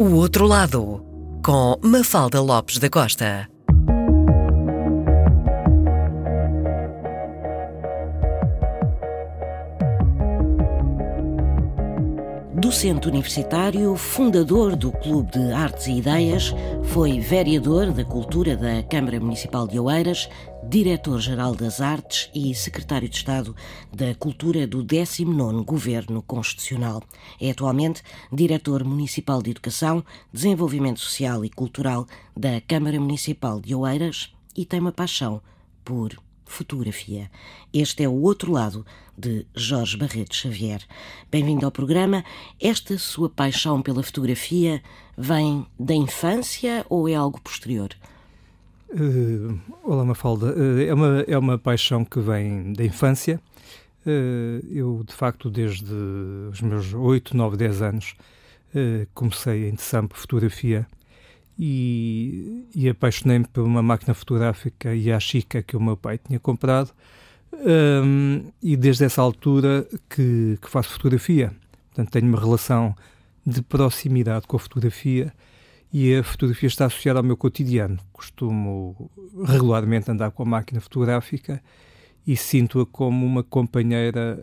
O Outro Lado, com Mafalda Lopes da Costa. Docente universitário, fundador do Clube de Artes e Ideias, foi vereador da Cultura da Câmara Municipal de Oeiras, diretor-geral das Artes e secretário de Estado da Cultura do 19º Governo Constitucional. É atualmente diretor municipal de Educação, Desenvolvimento Social e Cultural da Câmara Municipal de Oeiras e tem uma paixão por fotografia. Este é o outro lado de Jorge Barreto Xavier. Bem-vindo ao programa. Esta sua paixão pela fotografia vem da infância ou é algo posterior? Olá, Mafalda. É uma paixão que vem da infância. Eu, de facto, desde os meus 8, 9, 10 anos, comecei a interessar-me por fotografia e apaixonei-me por uma máquina fotográfica Yashica que o meu pai tinha comprado, e desde essa altura que faço fotografia. Portanto, tenho uma relação de proximidade com a fotografia e a fotografia está associada ao meu cotidiano. Costumo regularmente andar com a máquina fotográfica e sinto-a como uma companheira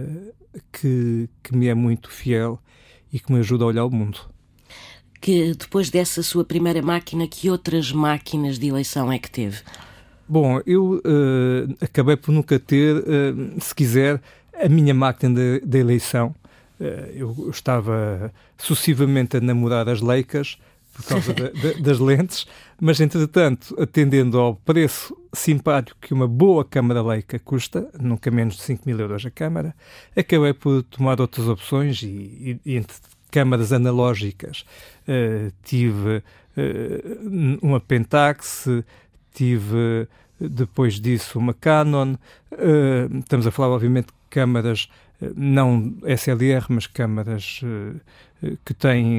que me é muito fiel e que me ajuda a olhar o mundo. Que depois dessa sua primeira máquina, que outras máquinas de eleição é que teve? Bom, eu acabei por nunca ter, se quiser, a minha máquina de eleição. Eu estava sucessivamente a namorar as Leicas por causa das lentes, mas entretanto, atendendo ao preço simpático que uma boa câmara Leica custa, nunca menos de 5.000 euros a câmara, acabei por tomar outras opções e entre câmaras analógicas tive uma Pentax, tive depois disso uma Canon. Estamos a falar obviamente de câmaras não SLR, mas câmaras que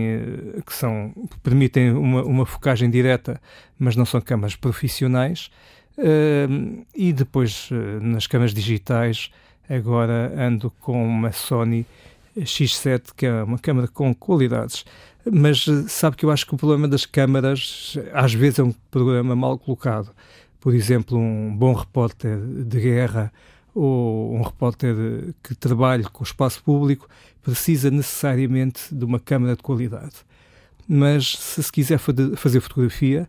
permitem uma focagem direta, mas não são câmaras profissionais. E depois nas câmaras digitais agora ando com uma Sony X7, que é uma câmara com qualidades. Mas sabe que eu acho que o problema das câmaras às vezes é um problema mal colocado. Por exemplo, um bom repórter de guerra ou um repórter que trabalhe com o espaço público precisa necessariamente de uma câmara de qualidade. Mas se quiser fazer fotografia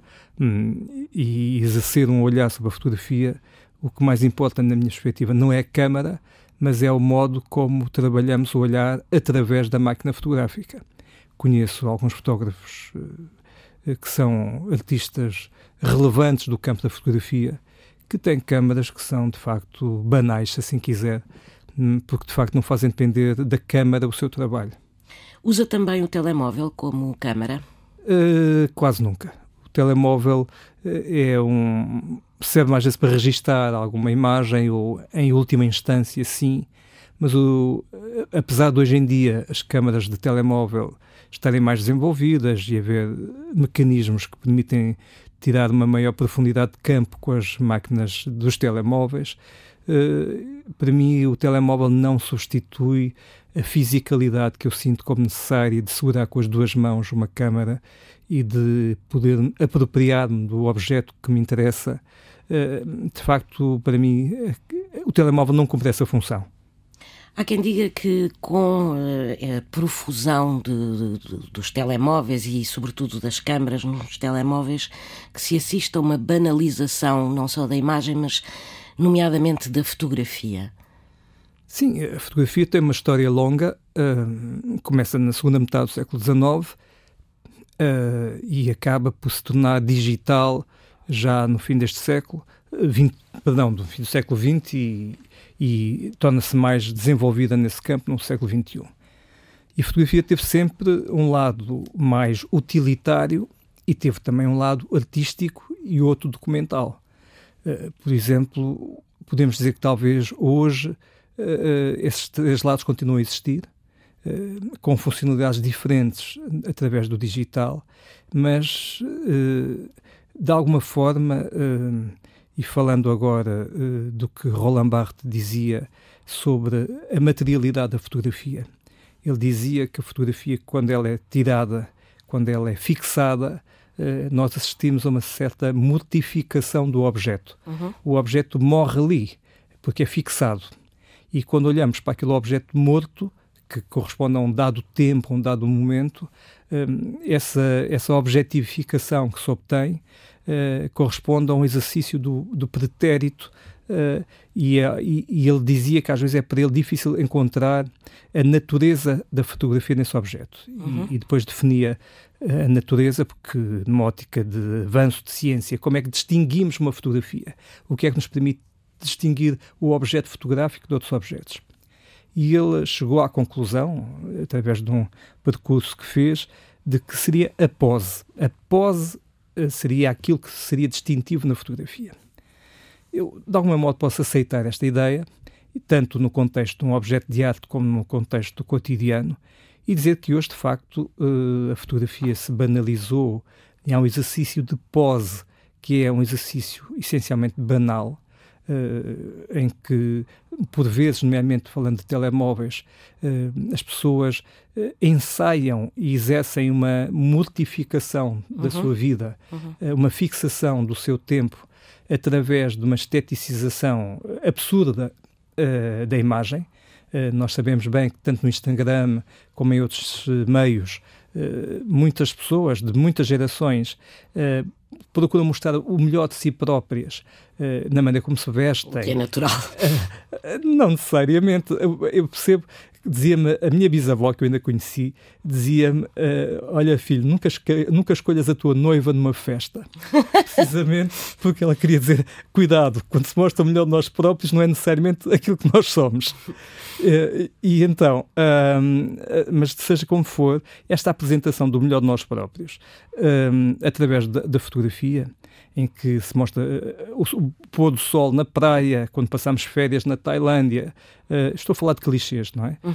e exercer um olhar sobre a fotografia, o que mais importa na minha perspectiva não é a câmara, mas é o modo como trabalhamos o olhar através da máquina fotográfica. Conheço alguns fotógrafos que são artistas relevantes do campo da fotografia, que têm câmaras que são, de facto, banais, se assim quiser, porque, de facto, não fazem depender da câmara o seu trabalho. Usa também o telemóvel como câmara? Quase nunca. O telemóvel serve mais vezes para registar alguma imagem ou, em última instância, sim, mas apesar de hoje em dia as câmaras de telemóvel estarem mais desenvolvidas e haver mecanismos que permitem tirar uma maior profundidade de campo com as máquinas dos telemóveis, para mim o telemóvel não substitui a fisicalidade que eu sinto como necessária de segurar com as duas mãos uma câmara e de poder apropriar-me do objeto que me interessa. De facto, para mim, o telemóvel não cumpre essa função. Há quem diga que com a profusão dos telemóveis e, sobretudo, das câmaras nos telemóveis, que se assiste a uma banalização não só da imagem, mas, nomeadamente, da fotografia. Sim, a fotografia tem uma história longa, começa na segunda metade do século XIX e acaba por se tornar digital já no fim deste século, no fim do século XX e torna-se mais desenvolvida nesse campo no século XXI. E a fotografia teve sempre um lado mais utilitário e teve também um lado artístico e outro documental. Por exemplo, podemos dizer que talvez hoje esses três lados continuam a existir, com funcionalidades diferentes através do digital, mas de alguma forma, e falando agora do que Roland Barthes dizia sobre a materialidade da fotografia, ele dizia que a fotografia, quando ela é tirada quando ela é fixada, nós assistimos a uma certa mortificação do objeto. O objeto morre ali, porque é fixado. E quando olhamos para aquele objeto morto, que corresponde a um dado tempo, a um dado momento, essa objetificação que se obtém corresponde a um exercício do pretérito, e ele dizia que às vezes é para ele difícil encontrar a natureza da fotografia nesse objeto. E depois definia a natureza, porque numa ótica de avanço de ciência, como é que distinguimos uma fotografia? O que é que nos permite distinguir o objeto fotográfico de outros objetos? E ele chegou à conclusão, através de um percurso que fez, de que seria a pose. A pose seria aquilo que seria distintivo na fotografia. Eu, de alguma modo, posso aceitar esta ideia, tanto no contexto de um objeto de arte como no contexto do cotidiano, e dizer que hoje, de facto, a fotografia se banalizou e há um exercício de pose, que é um exercício essencialmente banal, em que, por vezes, nomeadamente falando de telemóveis, as pessoas ensaiam e exercem uma mortificação da sua vida, uma fixação do seu tempo através de uma esteticização absurda da imagem. Nós sabemos bem que tanto no Instagram como em outros meios, muitas pessoas de muitas gerações procuram mostrar o melhor de si próprias na maneira como se vestem. O que é natural. Não necessariamente. Eu percebo, dizia-me, a minha bisavó, que eu ainda conheci, dizia-me, olha filho, nunca escolhas a tua noiva numa festa. Precisamente porque ela queria dizer, cuidado, quando se mostra o melhor de nós próprios não é necessariamente aquilo que nós somos. E então, mas seja como for, esta apresentação do melhor de nós próprios, através da fotografia, em que se mostra o pôr do sol na praia, quando passamos férias na Tailândia. Estou a falar de clichês, não é?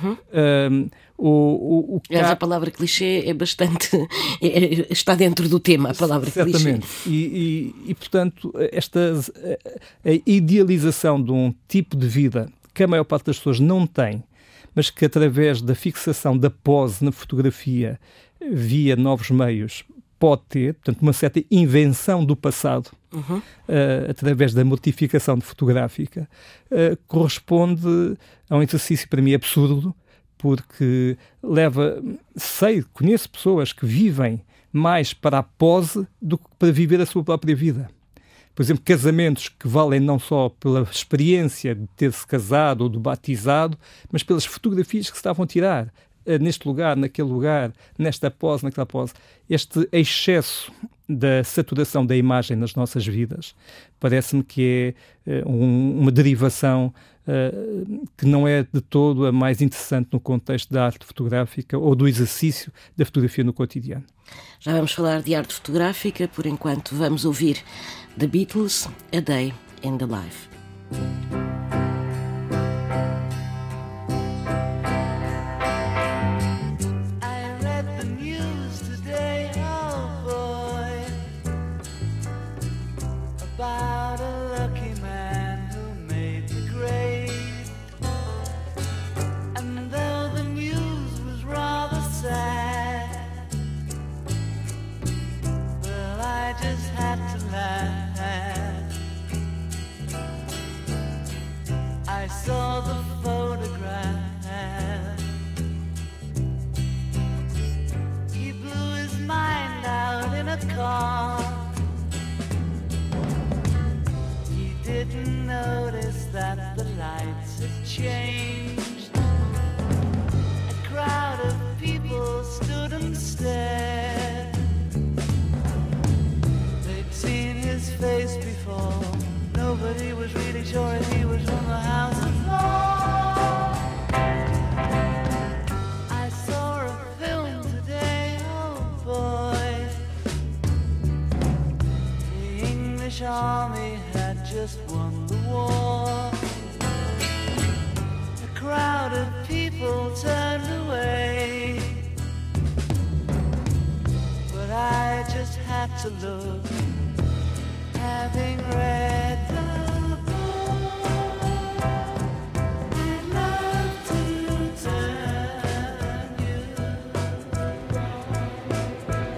A palavra clichê é bastante... está dentro do tema, a palavra certamente. Clichê. E portanto, a idealização de um tipo de vida que a maior parte das pessoas não tem, mas que através da fixação da pose na fotografia, via novos meios, pode ter, portanto, uma certa invenção do passado, através da mortificação fotográfica, corresponde a um exercício, para mim, absurdo, porque conheço pessoas que vivem mais para a pose do que para viver a sua própria vida. Por exemplo, casamentos que valem não só pela experiência de ter-se casado ou de batizado, mas pelas fotografias que se estavam a tirar neste lugar, naquele lugar, nesta pose, naquela pose. Este excesso da saturação da imagem nas nossas vidas parece-me que é uma derivação que não é de todo a mais interessante no contexto da arte fotográfica ou do exercício da fotografia no cotidiano. Já vamos falar de arte fotográfica, por enquanto vamos ouvir The Beatles, A Day in the Life. About a lucky man who made the grade, and though the news was rather sad, well, I just had to laugh. I saw the photograph. He blew his mind out in a car. Didn't notice that the lights had changed. A crowd of people stood and stared. They'd seen his face before. Nobody was really sure if he was from the House of Lords. I saw a film today, oh boy. The English army just won the war. A crowd of people turned away, but I just had to look, having read the book. I'd love to turn you.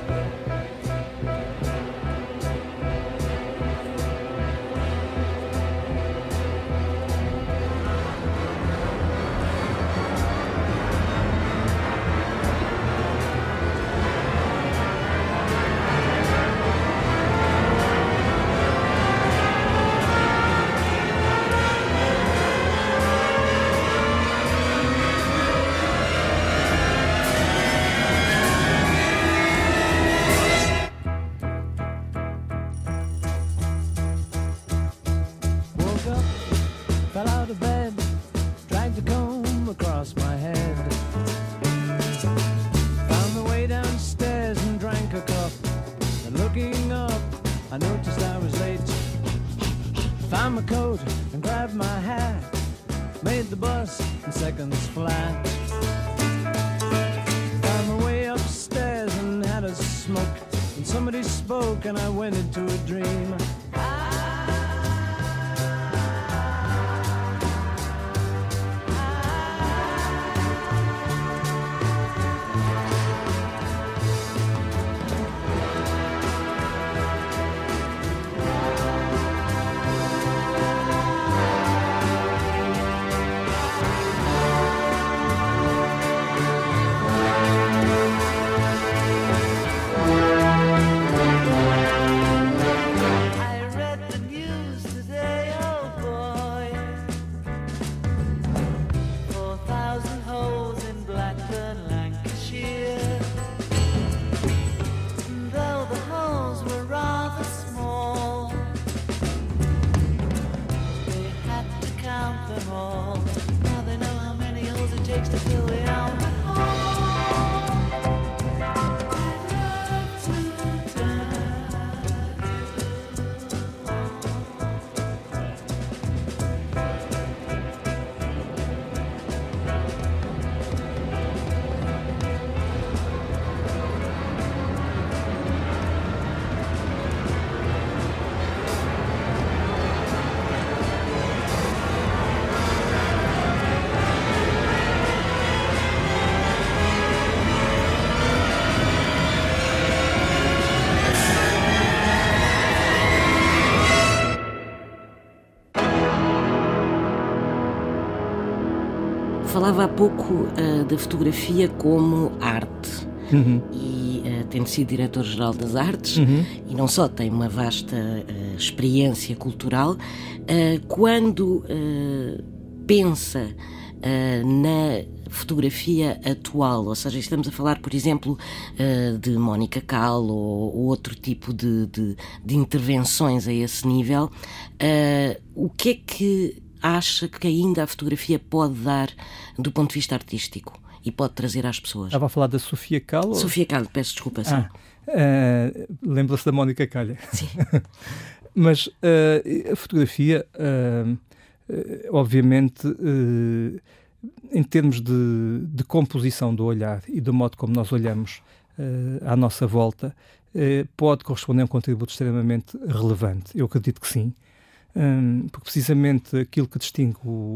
my coat and grabbed my hat. Made the bus in seconds flat. Found my way upstairs and had a smoke. And somebody spoke and I went into a dream. Falava há pouco da fotografia como arte. E tendo sido diretor-geral das artes, e não só, tem uma vasta experiência cultural, quando pensa na fotografia atual, ou seja, estamos a falar, por exemplo, de Mónica Cal ou outro tipo de intervenções a esse nível, o que é que acha que ainda a fotografia pode dar do ponto de vista artístico e pode trazer às pessoas? Estava a falar da Sofia Cal? Sofia Cal, peço desculpa. Sim. Lembra-se da Mónica Calha. Sim. Mas a fotografia, obviamente, em termos de composição do olhar e do modo como nós olhamos à nossa volta, pode corresponder a um contributo extremamente relevante. Eu acredito que sim. Porque precisamente aquilo que distingue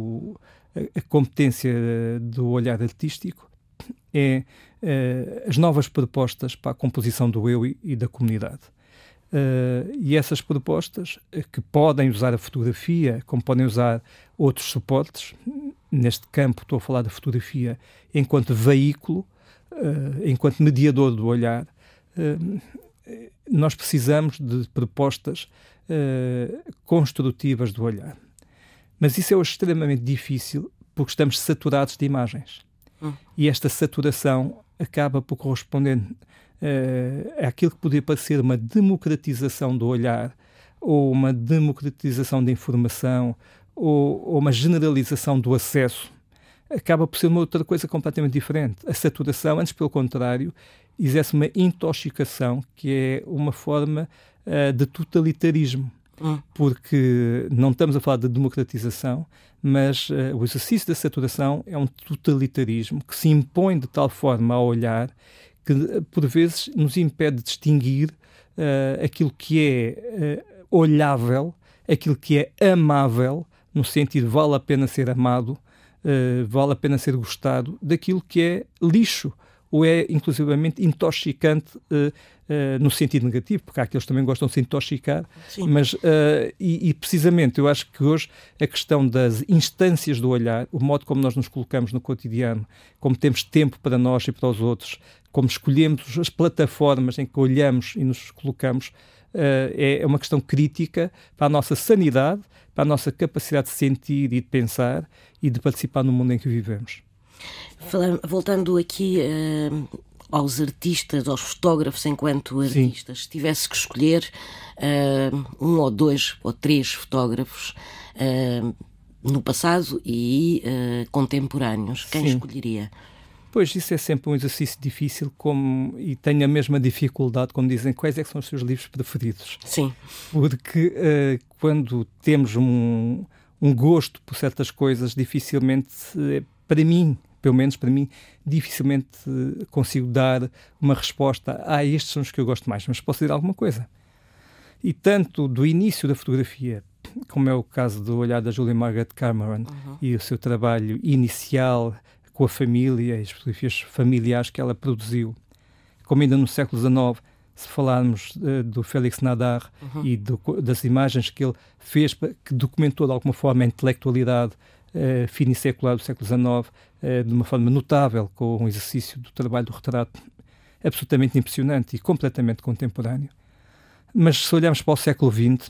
a competência do olhar artístico é as novas propostas para a composição do eu e da comunidade. E essas propostas que podem usar a fotografia, como podem usar outros suportes, neste campo estou a falar da fotografia enquanto veículo, enquanto mediador do olhar, nós precisamos de propostas construtivas do olhar. Mas isso é hoje extremamente difícil porque estamos saturados de imagens. E esta saturação acaba por corresponder àquilo que poderia parecer uma democratização do olhar, ou uma democratização da informação, ou uma generalização do acesso. Acaba por ser uma outra coisa completamente diferente. A saturação, antes pelo contrário, exerce uma intoxicação, que é uma forma de totalitarismo, porque não estamos a falar de democratização, mas o exercício da saturação é um totalitarismo que se impõe de tal forma ao olhar que, por vezes, nos impede de distinguir aquilo que é olhável, aquilo que é amável, no sentido vale a pena ser amado, vale a pena ser gostado, daquilo que é lixo, ou é, inclusivamente, intoxicante no sentido negativo, porque há aqueles que também gostam de se intoxicar. Sim. Mas, e precisamente, eu acho que hoje a questão das instâncias do olhar, o modo como nós nos colocamos no cotidiano, como temos tempo para nós e para os outros, como escolhemos as plataformas em que olhamos e nos colocamos, é uma questão crítica para a nossa sanidade, para a nossa capacidade de sentir e de pensar e de participar no mundo em que vivemos. Voltando aqui aos artistas, aos fotógrafos enquanto artistas, se tivesse que escolher um ou dois ou três fotógrafos no passado e contemporâneos, quem escolheria? Pois, isso é sempre um exercício difícil e tem a mesma dificuldade quando dizem quais é que são os seus livros preferidos. Sim. Porque quando temos um gosto por certas coisas, dificilmente, para mim, pelo menos para mim, dificilmente consigo dar uma resposta. Estes são os que eu gosto mais, mas posso dizer alguma coisa. E tanto do início da fotografia, como é o caso do Olhar da Julia Margaret Cameron e o seu trabalho inicial com a família, as fotografias familiares que ela produziu, como ainda no século XIX, se falarmos do Félix Nadar e das imagens que ele fez, que documentou de alguma forma a intelectualidade fina e secular do século XIX, de uma forma notável, com um exercício do trabalho do retrato absolutamente impressionante e completamente contemporâneo. Mas se olharmos para o século XX,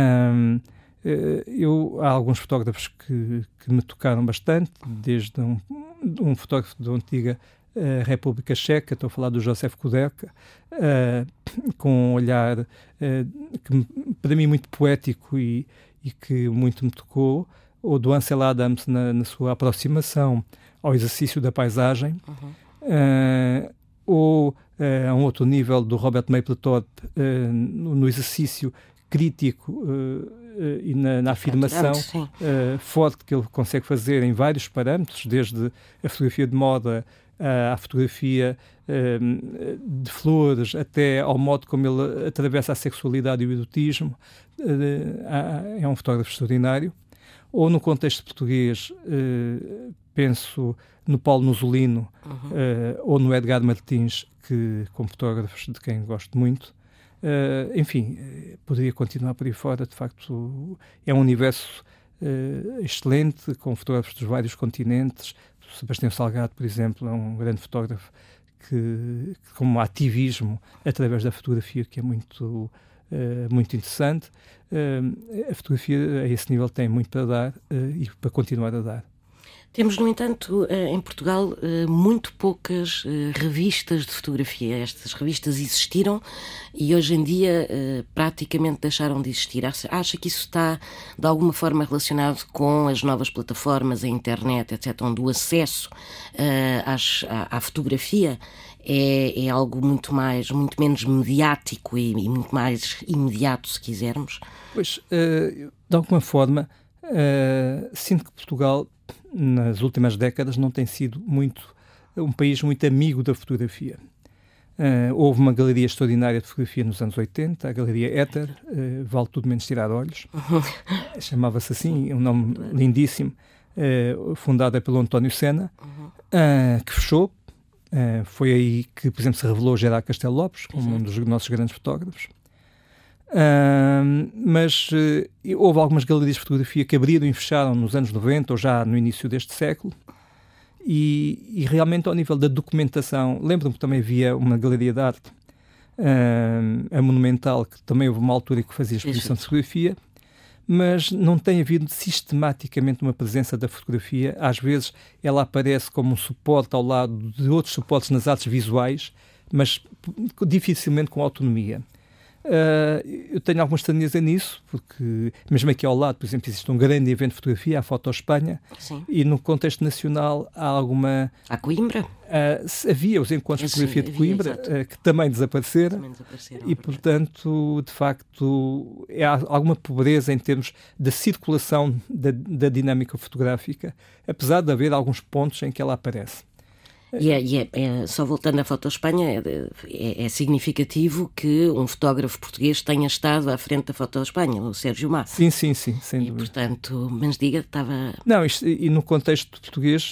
há alguns fotógrafos que me tocaram bastante, desde um fotógrafo da antiga República Checa, estou a falar do Josef Kudelka, com um olhar que para mim muito poético e que muito me tocou, ou do Ansel Adams na sua aproximação ao exercício da paisagem, ou a um outro nível do Robert Mapplethorpe no exercício crítico e na afirmação forte que ele consegue fazer em vários parâmetros, desde a fotografia de moda à fotografia de flores, até ao modo como ele atravessa a sexualidade e o erotismo. É um fotógrafo extraordinário. Ou no contexto português, penso no Paulo Nusolino ou no Edgar Martins, que, como fotógrafos de quem gosto muito. Enfim, poderia continuar por aí fora. De facto, é um universo excelente, com fotógrafos dos vários continentes. Sebastião Salgado, por exemplo, é um grande fotógrafo que com um ativismo através da fotografia que é muito interessante. A fotografia a esse nível tem muito para dar e para continuar a dar. Temos, no entanto, em Portugal, muito poucas revistas de fotografia. Estas revistas existiram e hoje em dia praticamente deixaram de existir. Acha que isso está, de alguma forma, relacionado com as novas plataformas, a internet, etc., onde o acesso à fotografia é algo muito menos mediático e muito mais imediato, se quisermos? Pois, de alguma forma, sinto que Portugal, nas últimas décadas, não tem sido um país muito amigo da fotografia. Houve uma galeria extraordinária de fotografia nos anos 80, a Galeria Éter, vale tudo menos tirar olhos. Chamava-se assim, um nome lindíssimo, fundada pelo António Sena, que fechou. Foi aí que, por exemplo, se revelou Gerard Castelo Lopes, como um dos nossos grandes fotógrafos. Mas houve algumas galerias de fotografia que abriram e fecharam nos anos 90 ou já no início deste século, e realmente ao nível da documentação, lembro-me que também havia uma galeria de arte, a Monumental, que também houve uma altura que fazia exposição de fotografia, mas não tem havido sistematicamente uma presença da fotografia. Às vezes ela aparece como um suporte ao lado de outros suportes nas artes visuais, mas dificilmente com autonomia. Eu tenho algumas estranhezas nisso, porque mesmo aqui ao lado, por exemplo, existe um grande evento de fotografia, a Foto Espanha, e no contexto nacional há alguma... Há Coimbra? Havia os encontros de fotografia de Coimbra, que também desapareceram, e portanto, de facto, há alguma pobreza em termos da circulação da dinâmica fotográfica, apesar de haver alguns pontos em que ela aparece. Só voltando à Foto Espanha, é significativo que um fotógrafo português tenha estado à frente da Foto Espanha, o Sérgio Má. Sim, sem dúvida. Portanto, mas diga, estava... Não, e no contexto português,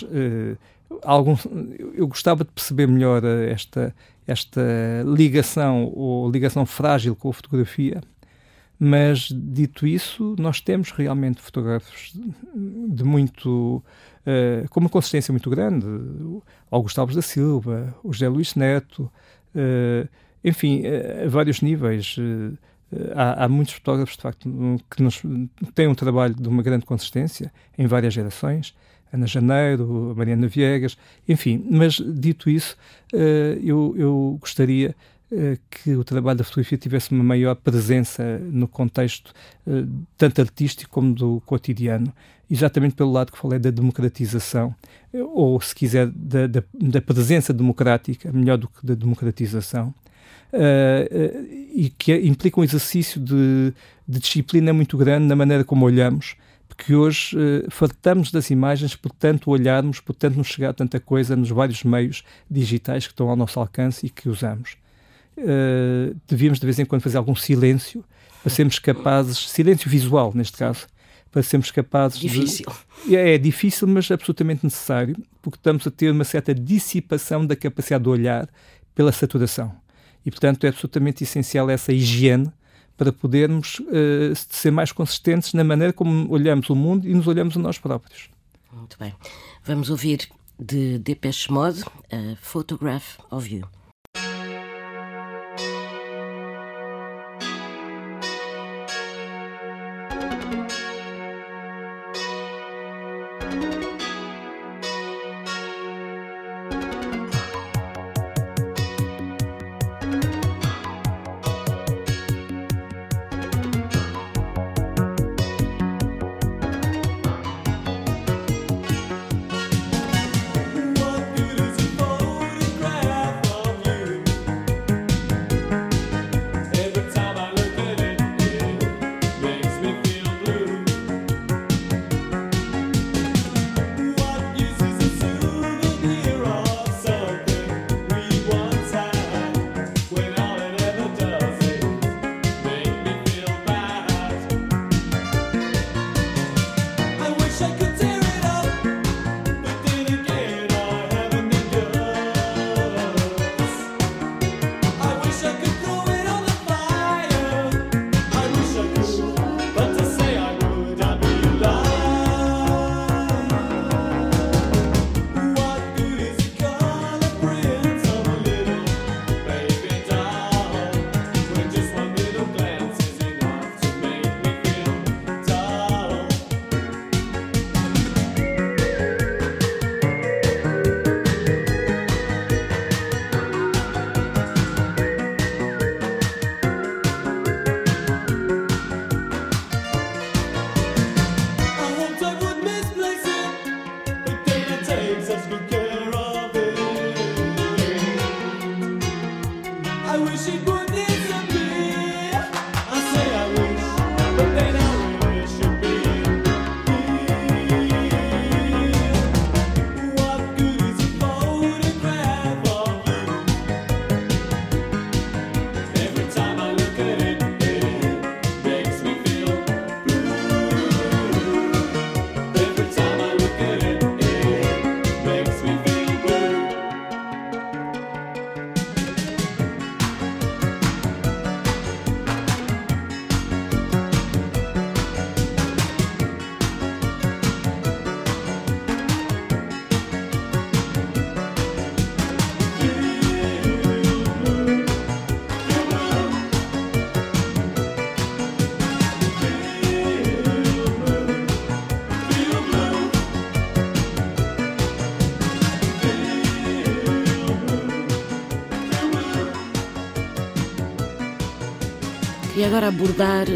eu gostava de perceber melhor esta ligação, ou ligação frágil com a fotografia, mas, dito isso, nós temos realmente fotógrafos de muito... com uma consistência muito grande, o Augusto Alves da Silva, o José Luís Neto, a vários níveis. Há muitos fotógrafos, de facto, que têm um trabalho de uma grande consistência em várias gerações. Ana Janeiro, Mariana Viegas, enfim. Mas, dito isso, eu gostaria que o trabalho da fotografia tivesse uma maior presença no contexto tanto artístico como do cotidiano. exatamente pelo lado que falei da democratização, ou, se quiser, da presença democrática, melhor do que da democratização, e que implica um exercício de disciplina muito grande na maneira como olhamos, porque hoje fartamos das imagens por tanto olharmos, por tanto nos chegar tanta coisa nos vários meios digitais que estão ao nosso alcance e que usamos. Devíamos de vez em quando fazer algum silêncio, para sermos capazes, silêncio visual neste caso, para sermos capazes Difícil. É difícil, mas absolutamente necessário, porque estamos a ter uma certa dissipação da capacidade de olhar pela saturação. E, portanto, é absolutamente essencial essa higiene para podermos ser mais consistentes na maneira como olhamos o mundo e nos olhamos a nós próprios. Muito bem. Vamos ouvir de Depeche Mode, a Photograph of You. E agora abordar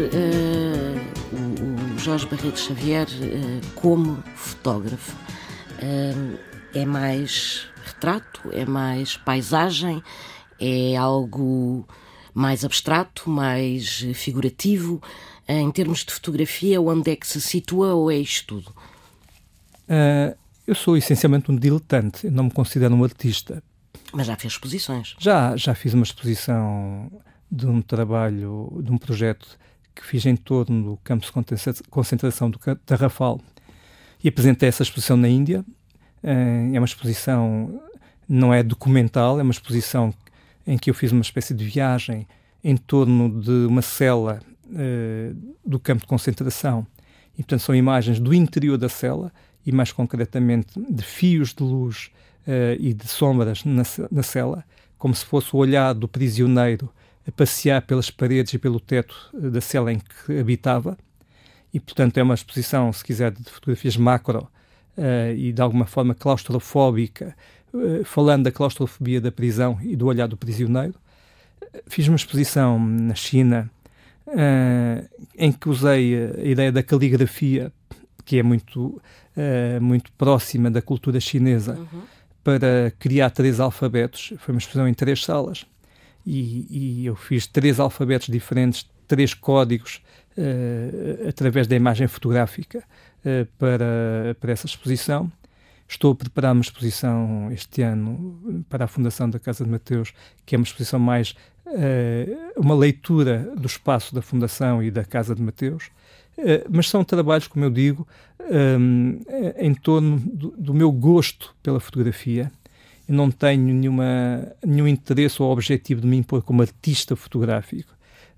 o Jorge Barreto Xavier como fotógrafo. É mais retrato? É mais paisagem? É algo mais abstrato, mais figurativo? Em termos de fotografia, onde é que se situa ou é isto tudo? Eu sou essencialmente um diletante, eu não me considero um artista. Mas já fez exposições? Já fiz uma exposição de um trabalho, de um projeto que fiz em torno do campo de concentração do Tarrafal e apresentei essa exposição na Índia. É uma exposição, não é documental, é uma exposição em que eu fiz uma espécie de viagem em torno de uma cela do campo de concentração e, portanto, são imagens do interior da cela e, mais concretamente, de fios de luz e de sombras na cela, como se fosse o olhar do prisioneiro a passear pelas paredes e pelo teto da cela em que habitava. E, portanto, é uma exposição, se quiser, de fotografias macro e, de alguma forma, claustrofóbica, falando da claustrofobia da prisão e do olhar do prisioneiro. Fiz uma exposição na China em que usei a ideia da caligrafia, que é muito próxima da cultura chinesa, para criar 3 alfabetos. Foi uma exposição em 3 salas. E eu fiz 3 alfabetos diferentes, 3 códigos, através da imagem fotográfica, para essa exposição. Estou a preparar uma exposição este ano para a Fundação da Casa de Mateus, que é uma exposição mais uma leitura do espaço da Fundação e da Casa de Mateus. Mas são trabalhos, como eu digo, em torno do meu gosto pela fotografia. Eu não tenho nenhum interesse ou objetivo de me impor como artista fotográfico.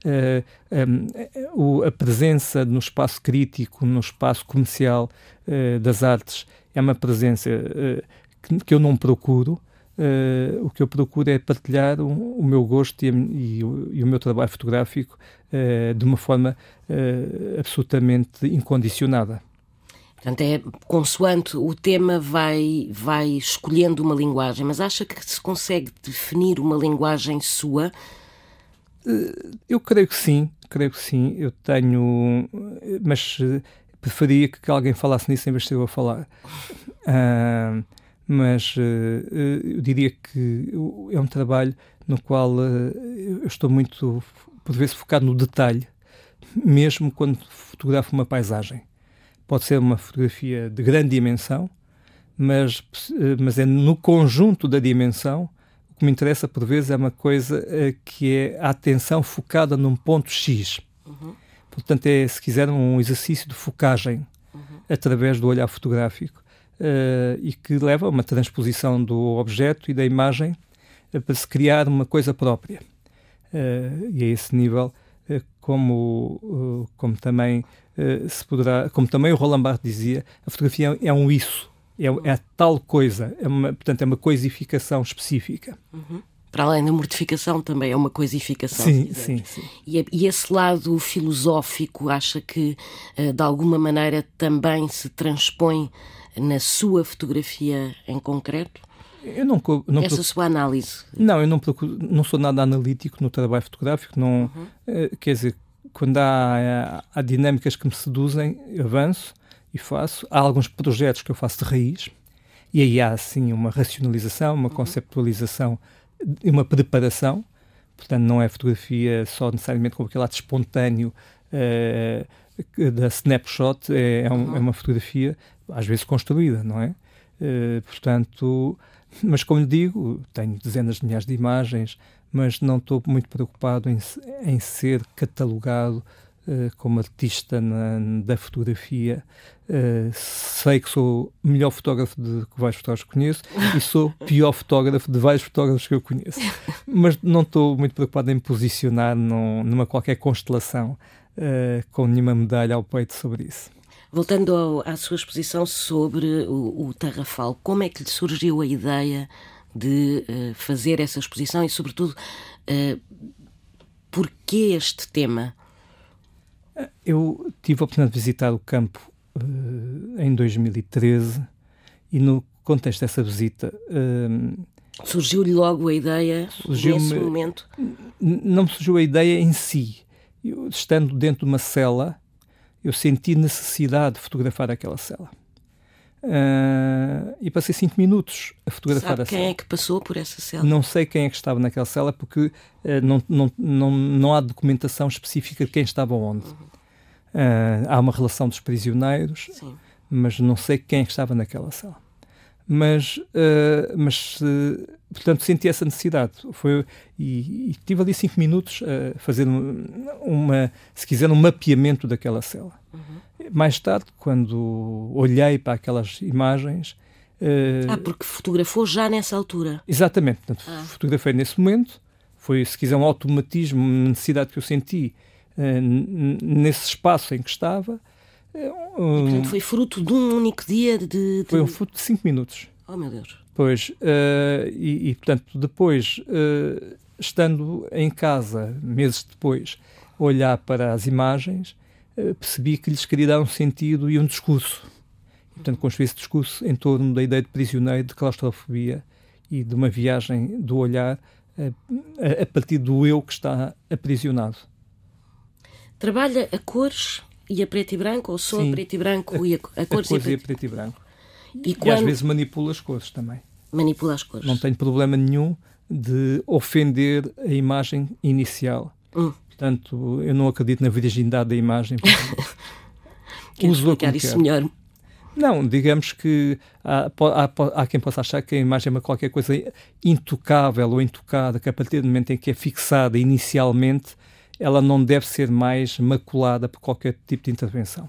A presença no espaço crítico, no espaço comercial das artes, é uma presença que eu não procuro. O que eu procuro é partilhar o meu gosto e o meu trabalho fotográfico de uma forma absolutamente incondicionada. Portanto, é consoante o tema vai escolhendo uma linguagem, mas acha que se consegue definir uma linguagem sua? Eu creio que sim. Eu tenho... Mas preferia que alguém falasse nisso em vez de ser eu a falar. Mas eu diria que é um trabalho no qual eu estou muito, por vezes, focado no detalhe, mesmo quando fotografo uma paisagem. Pode ser uma fotografia de grande dimensão, mas é no conjunto da dimensão. O que me interessa, por vezes, é uma coisa que é a atenção focada num ponto X. Portanto, é, se quiser, um exercício de focagem através do olhar fotográfico. E que leva a uma transposição do objeto e da imagem para se criar uma coisa própria. E a esse nível, como também como também o Roland Barthes dizia, a fotografia é um isso, é a tal coisa, portanto é uma coisificação específica. Para além da mortificação, também é uma coisificação. Sim. E esse lado filosófico, acha que de alguma maneira também se transpõe na sua fotografia em concreto? Essa sua análise? Não, eu não sou nada analítico no trabalho fotográfico. Não, quer dizer, quando há dinâmicas que me seduzem, eu avanço e faço. Há alguns projetos que eu faço de raiz, e aí há, assim, uma racionalização, uma conceptualização e uma preparação. Portanto, não é fotografia só necessariamente como aquele ato espontâneo da snapshot, é uma fotografia às vezes construída, não é? Portanto, mas como lhe digo, tenho dezenas de milhares de imagens, mas não estou muito preocupado em ser catalogado como artista da fotografia. Sei que sou o melhor fotógrafo de vários fotógrafos que conheço e sou pior fotógrafo de vários fotógrafos que eu conheço. Mas não estou muito preocupado em me posicionar numa qualquer constelação com nenhuma medalha ao peito sobre isso. Voltando à sua exposição sobre o Tarrafal, como é que lhe surgiu a ideia de fazer essa exposição e, sobretudo, porquê este tema? Eu tive a oportunidade de visitar o campo em 2013 e, no contexto dessa visita... surgiu-lhe logo a ideia nesse momento? Não me surgiu a ideia em si. Eu, estando dentro de uma cela, eu senti necessidade de fotografar aquela cela. E passei 5 minutos a fotografar a cela. Sabe quem é que passou por essa cela? Não sei quem é que estava naquela cela, porque não há documentação específica de quem estava onde. Há uma relação dos prisioneiros, sim, mas não sei quem é que estava naquela cela. Mas portanto, senti essa necessidade. E tive ali 5 minutos a fazer se quiser, um mapeamento daquela cela. Mais tarde, quando olhei para aquelas imagens... porque fotografou já nessa altura. Exatamente. Portanto, fotografei nesse momento. Foi, se quiser, um automatismo, uma necessidade que eu senti nesse espaço em que estava. Portanto, foi fruto de um único dia de... Foi um fruto de 5 minutos. Oh, meu Deus. Pois, portanto, depois, estando em casa, meses depois, a olhar para as imagens, percebi que lhes queria dar um sentido e um discurso. E, portanto, construí esse discurso em torno da ideia de prisioneiro, de claustrofobia e de uma viagem do olhar a partir do eu que está aprisionado. Trabalha a cores a preto e branco, ou só Sim. a preto e branco e a cores? A cores e a preto e branco. E às vezes manipulo as cores também. Manipula as cores. Não tenho problema nenhum de ofender a imagem inicial. Portanto, eu não acredito na virgindade da imagem. Quer explicar isso melhor? Não, digamos que há quem possa achar que a imagem é uma qualquer coisa intocável ou intocada, que a partir do momento em que é fixada inicialmente, ela não deve ser mais maculada por qualquer tipo de intervenção.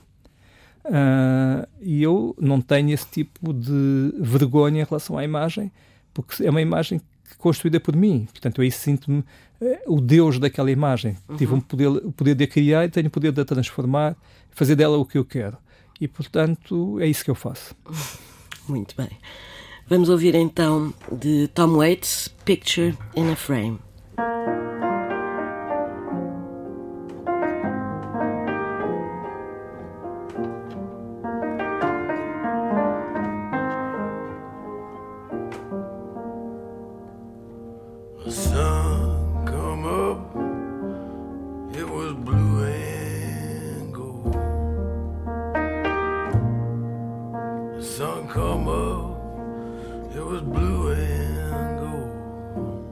E eu não tenho esse tipo de vergonha em relação à imagem, porque é uma imagem construída por mim. Portanto, eu aí sinto-me o Deus daquela imagem. Tive o poder de a criar e tenho o poder de a transformar, fazer dela o que eu quero. E, portanto, é isso que eu faço. Muito bem. Vamos ouvir então de Tom Waits, Picture in a Frame. The sun come up, it was blue and gold. The sun come up, it was blue and gold.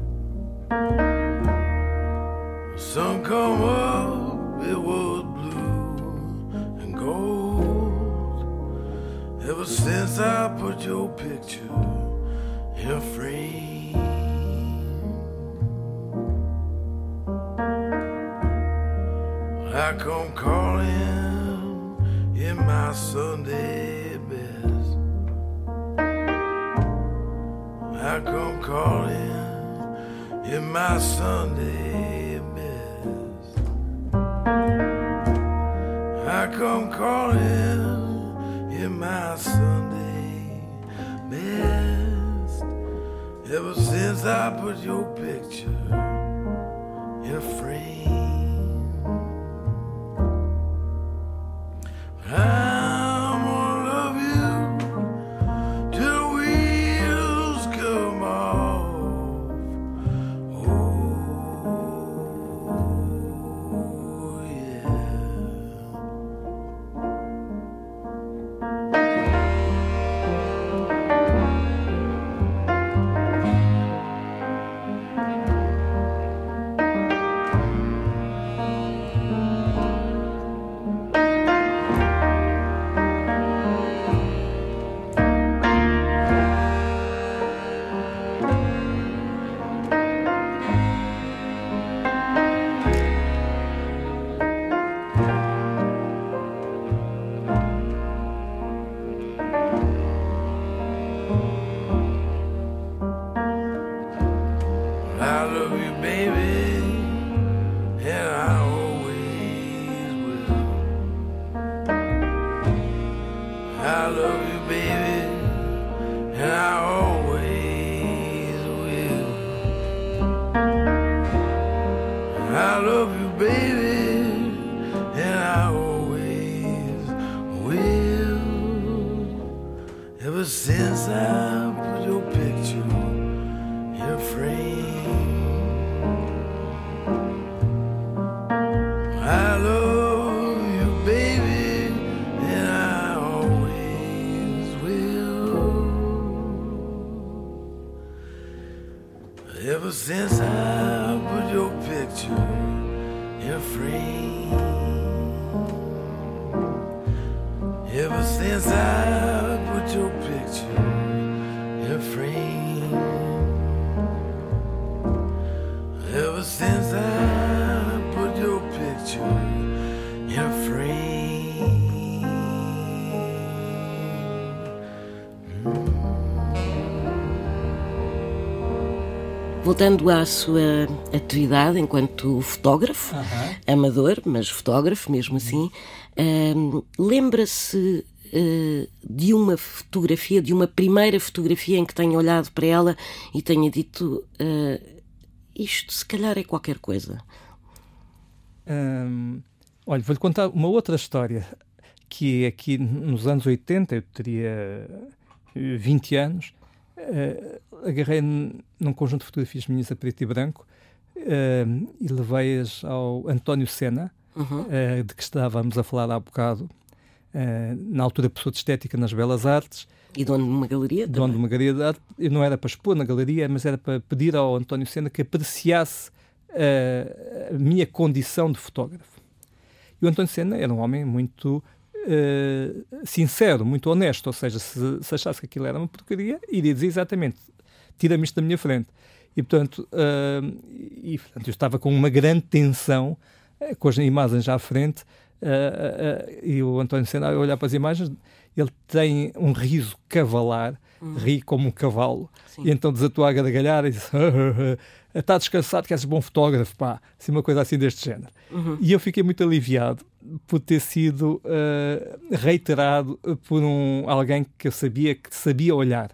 The sun come up, it was blue and gold. Ever since I put your picture in a frame, I come calling in my Sunday best. I come calling in my Sunday best. I come calling in my Sunday best. Ever since I put your picture in a frame, I'm gonna love you till the wheels come off. Oh, yeah. I love you, baby, and I always will. I love you, baby, and I always will. I love you, baby, and I always will. Ever since I put your picture in a frame, I love you, baby, and I always will. Ever since I put your picture in a frame, ever since I put your picture in a frame, ever since I put your picture in a frame. Voltando à sua atividade enquanto fotógrafo, amador, mas fotógrafo mesmo assim, lembra-se de uma fotografia, de uma primeira fotografia em que tenha olhado para ela e tenha dito isto se calhar é qualquer coisa? Olha, vou-lhe contar uma outra história, que é aqui nos anos 80, eu teria 20 anos, agarrei num conjunto de fotografias minhas a preto e branco e levei-as ao António Sena, de que estávamos a falar há bocado, na altura professor de Estética nas Belas Artes. E dono de uma galeria? Dono de uma galeria de arte. Eu não era para expor na galeria, mas era para pedir ao António Sena que apreciasse a minha condição de fotógrafo. E o António Sena era um homem muito sincero, muito honesto, ou seja, se achasse que aquilo era uma porcaria, iria dizer exatamente, tira-me isto da minha frente. E, portanto, eu estava com uma grande tensão, com as imagens à frente, e o António Sena, a olhar para as imagens, ele tem um riso cavalar, ri como um cavalo. Sim. E então desatou a gargalhar e disse: está descansado que és bom fotógrafo, pá. Assim, uma coisa assim deste género. E eu fiquei muito aliviado por ter sido reiterado por alguém que eu sabia que sabia olhar.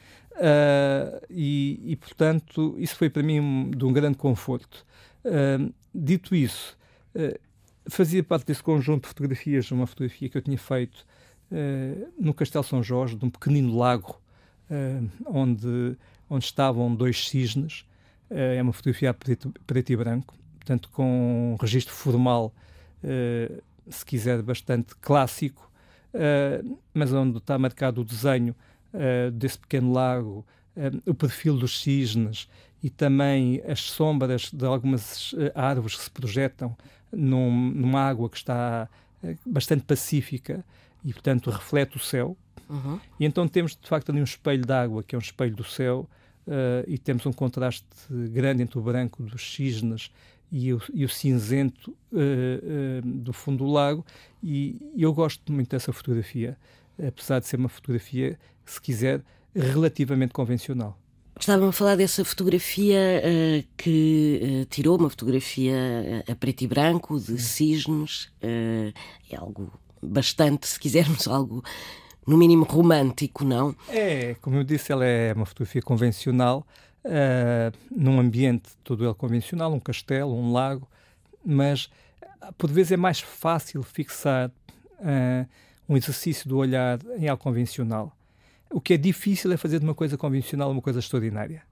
E, portanto, isso foi para mim de um grande conforto. Dito isso, fazia parte desse conjunto de fotografias, uma fotografia que eu tinha feito no Castelo São Jorge, de um pequenino lago onde estavam 2 cisnes. É uma fotografia preto e branco, portanto com um registro formal, se quiser, bastante clássico, mas onde está marcado o desenho desse pequeno lago, o perfil dos cisnes e também as sombras de algumas árvores que se projetam numa água que está bastante pacífica e, portanto, reflete o céu. E então temos, de facto, ali um espelho de água, que é um espelho do céu, e temos um contraste grande entre o branco dos cisnes e o cinzento do fundo do lago, e eu gosto muito dessa fotografia, apesar de ser uma fotografia, se quiser, relativamente convencional. Estavam a falar dessa fotografia que tirou, uma fotografia a preto e branco, de cisnes. É algo bastante, se quisermos, algo no mínimo romântico, não? É, como eu disse, ela é uma fotografia convencional, num ambiente todo ele convencional, um castelo, um lago, mas por vezes é mais fácil fixar um exercício do olhar em algo convencional. O que é difícil é fazer de uma coisa convencional uma coisa extraordinária.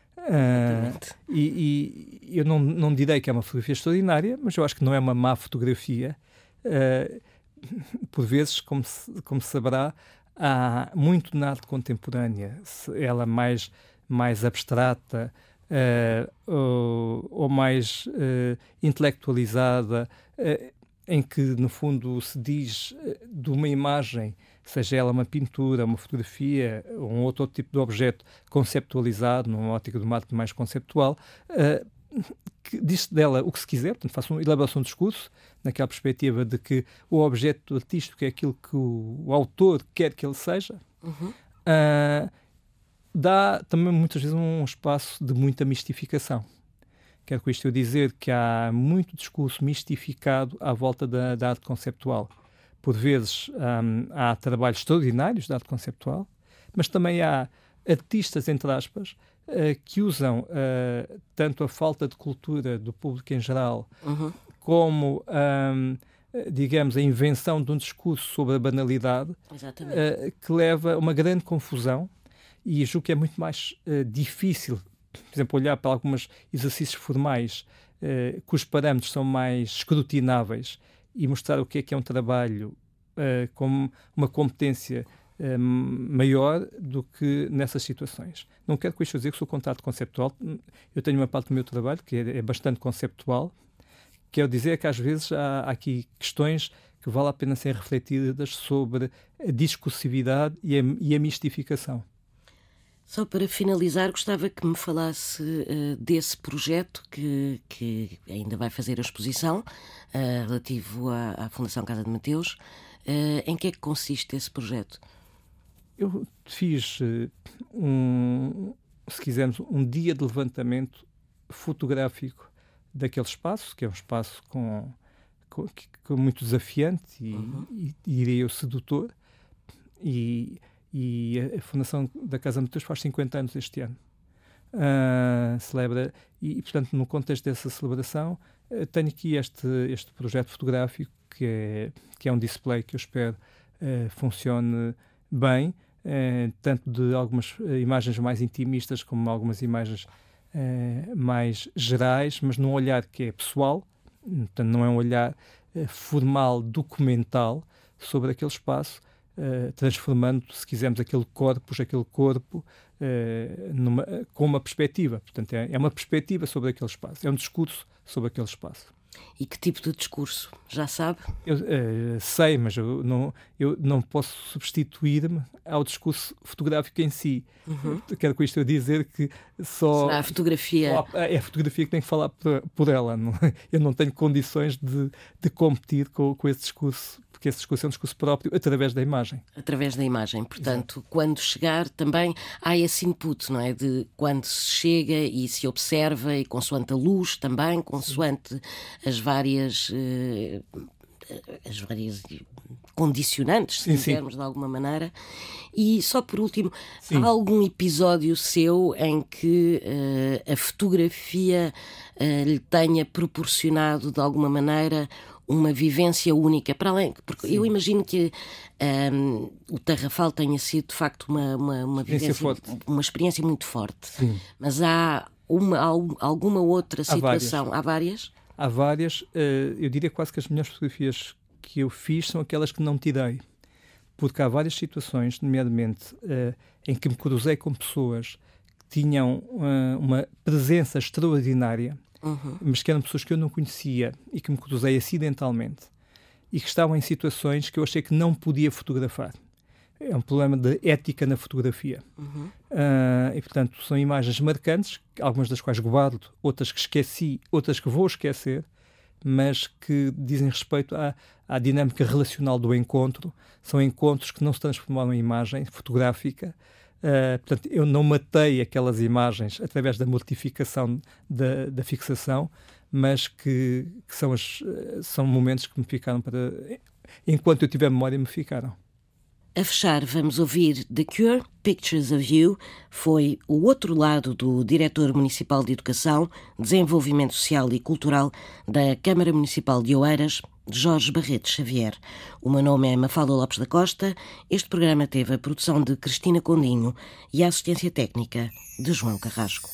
E eu não direi que é uma fotografia extraordinária, mas eu acho que não é uma má fotografia. Por vezes, como se saberá, há muito na arte contemporânea, ela mais abstrata ou mais intelectualizada, em que, no fundo, se diz de uma imagem, seja ela uma pintura, uma fotografia ou um outro tipo de objeto conceptualizado, numa ótica de uma arte mais conceptual, que diz dela o que se quiser, portanto, faça uma elaboração de discurso, naquela perspectiva de que o objeto artístico é aquilo que o autor quer que ele seja, dá também muitas vezes um espaço de muita mistificação. Quero com isto eu dizer que há muito discurso mistificado à volta da arte conceptual. Por vezes há trabalhos extraordinários da arte conceptual, mas também há artistas, entre aspas, que usam tanto a falta de cultura do público em geral, como, digamos, a invenção de um discurso sobre a banalidade, que leva a uma grande confusão, e julgo que é muito mais difícil, por exemplo, olhar para alguns exercícios formais cujos parâmetros são mais escrutináveis e mostrar o que é um trabalho com uma competência maior do que nessas situações. Não quero com isto dizer que sou contra a arte conceptual. Eu tenho uma parte do meu trabalho que é bastante conceptual. Quero dizer que às vezes há aqui questões que vale a pena ser refletidas sobre a discursividade e a mistificação. Só para finalizar, gostava que me falasse desse projeto que ainda vai fazer a exposição, relativo à Fundação Casa de Mateus. Em que é que consiste esse projeto? Eu fiz, se quisermos, um dia de levantamento fotográfico daquele espaço, que é um espaço com muito desafiante e diria eu, sedutor, e a Fundação da Casa de Mateus faz 50 anos este ano. Celebra, e portanto, no contexto dessa celebração, tenho aqui este projeto fotográfico que é um display que eu espero funcione bem, tanto de algumas imagens mais intimistas como algumas imagens mais gerais, mas num olhar que é pessoal Portanto, não é um olhar formal, documental sobre aquele espaço, transformando, se quisermos, aquele corpo com uma perspectiva. Portanto, é uma perspectiva sobre aquele espaço, é um discurso sobre aquele espaço. E que tipo de discurso? Já sabe? Eu sei, mas eu não posso substituir-me ao discurso fotográfico em si. Quero com isto eu dizer que será a fotografia... É a fotografia que tem que falar por ela. Eu não tenho condições de competir com esse discurso, porque esse discurso é um discurso próprio através da imagem. Através da imagem. Portanto, quando chegar também há esse input, não é? De quando se chega e se observa, e consoante a luz também, consoante as várias condicionantes, se quisermos, de alguma maneira. E só por último, há algum episódio seu em que a fotografia lhe tenha proporcionado de alguma maneira uma vivência única, para além, porque eu imagino que o Tarrafal tenha sido de facto uma experiência muito forte. Sim. Mas há alguma outra situação? Há várias? Há várias. Eu diria quase que as melhores fotografias que eu fiz são aquelas que não tirei, porque há várias situações, nomeadamente em que me cruzei com pessoas que tinham uma presença extraordinária, mas que eram pessoas que eu não conhecia e que me cruzei acidentalmente e que estavam em situações que eu achei que não podia fotografar. É um problema de ética na fotografia. E, portanto, são imagens marcantes, algumas das quais guardo, outras que esqueci, outras que vou esquecer, mas que dizem respeito à dinâmica relacional do encontro. São encontros que não se transformaram em imagem fotográfica. Portanto, eu não matei aquelas imagens através da mortificação da fixação, mas que são momentos que me ficaram enquanto eu tiver memória, me ficaram. A fechar, vamos ouvir The Cure, Pictures of You. Foi o outro lado do diretor municipal de Educação, Desenvolvimento Social e Cultural da Câmara Municipal de Oeiras, Jorge Barreto Xavier. O meu nome é Mafalda Lopes da Costa. Este programa teve a produção de Cristina Condinho e a assistência técnica de João Carrasco.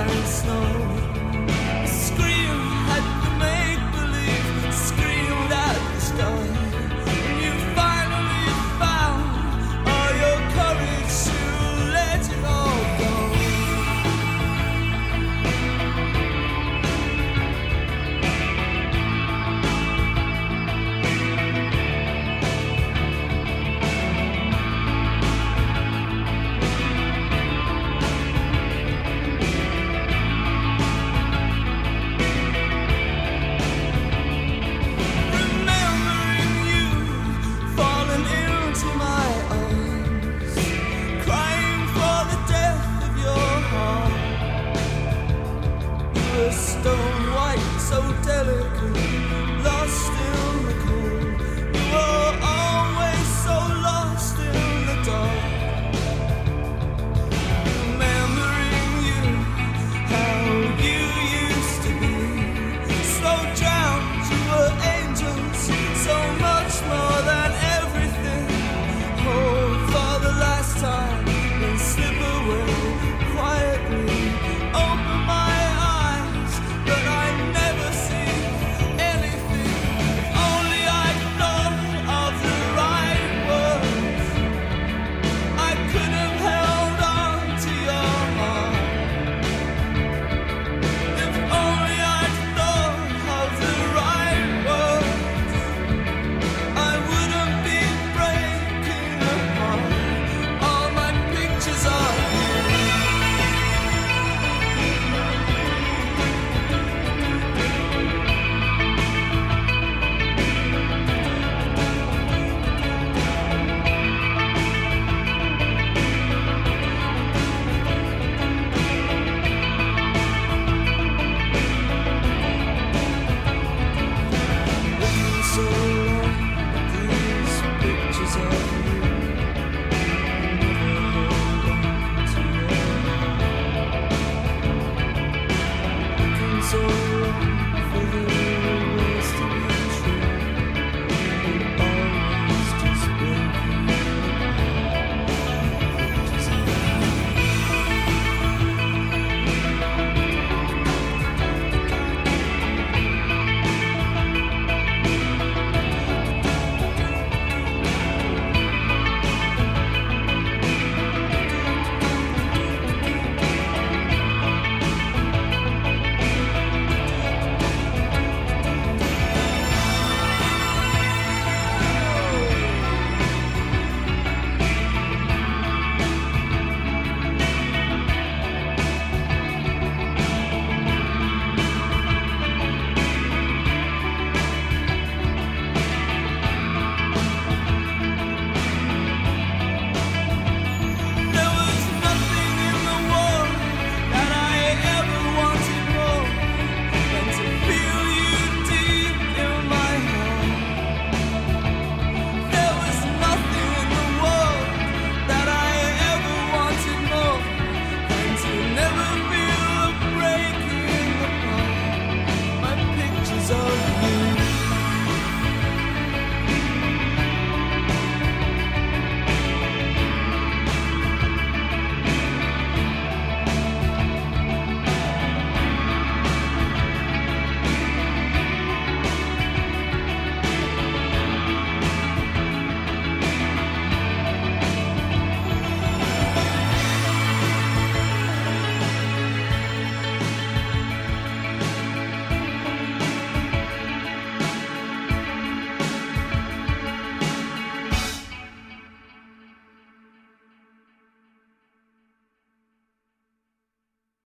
and snow.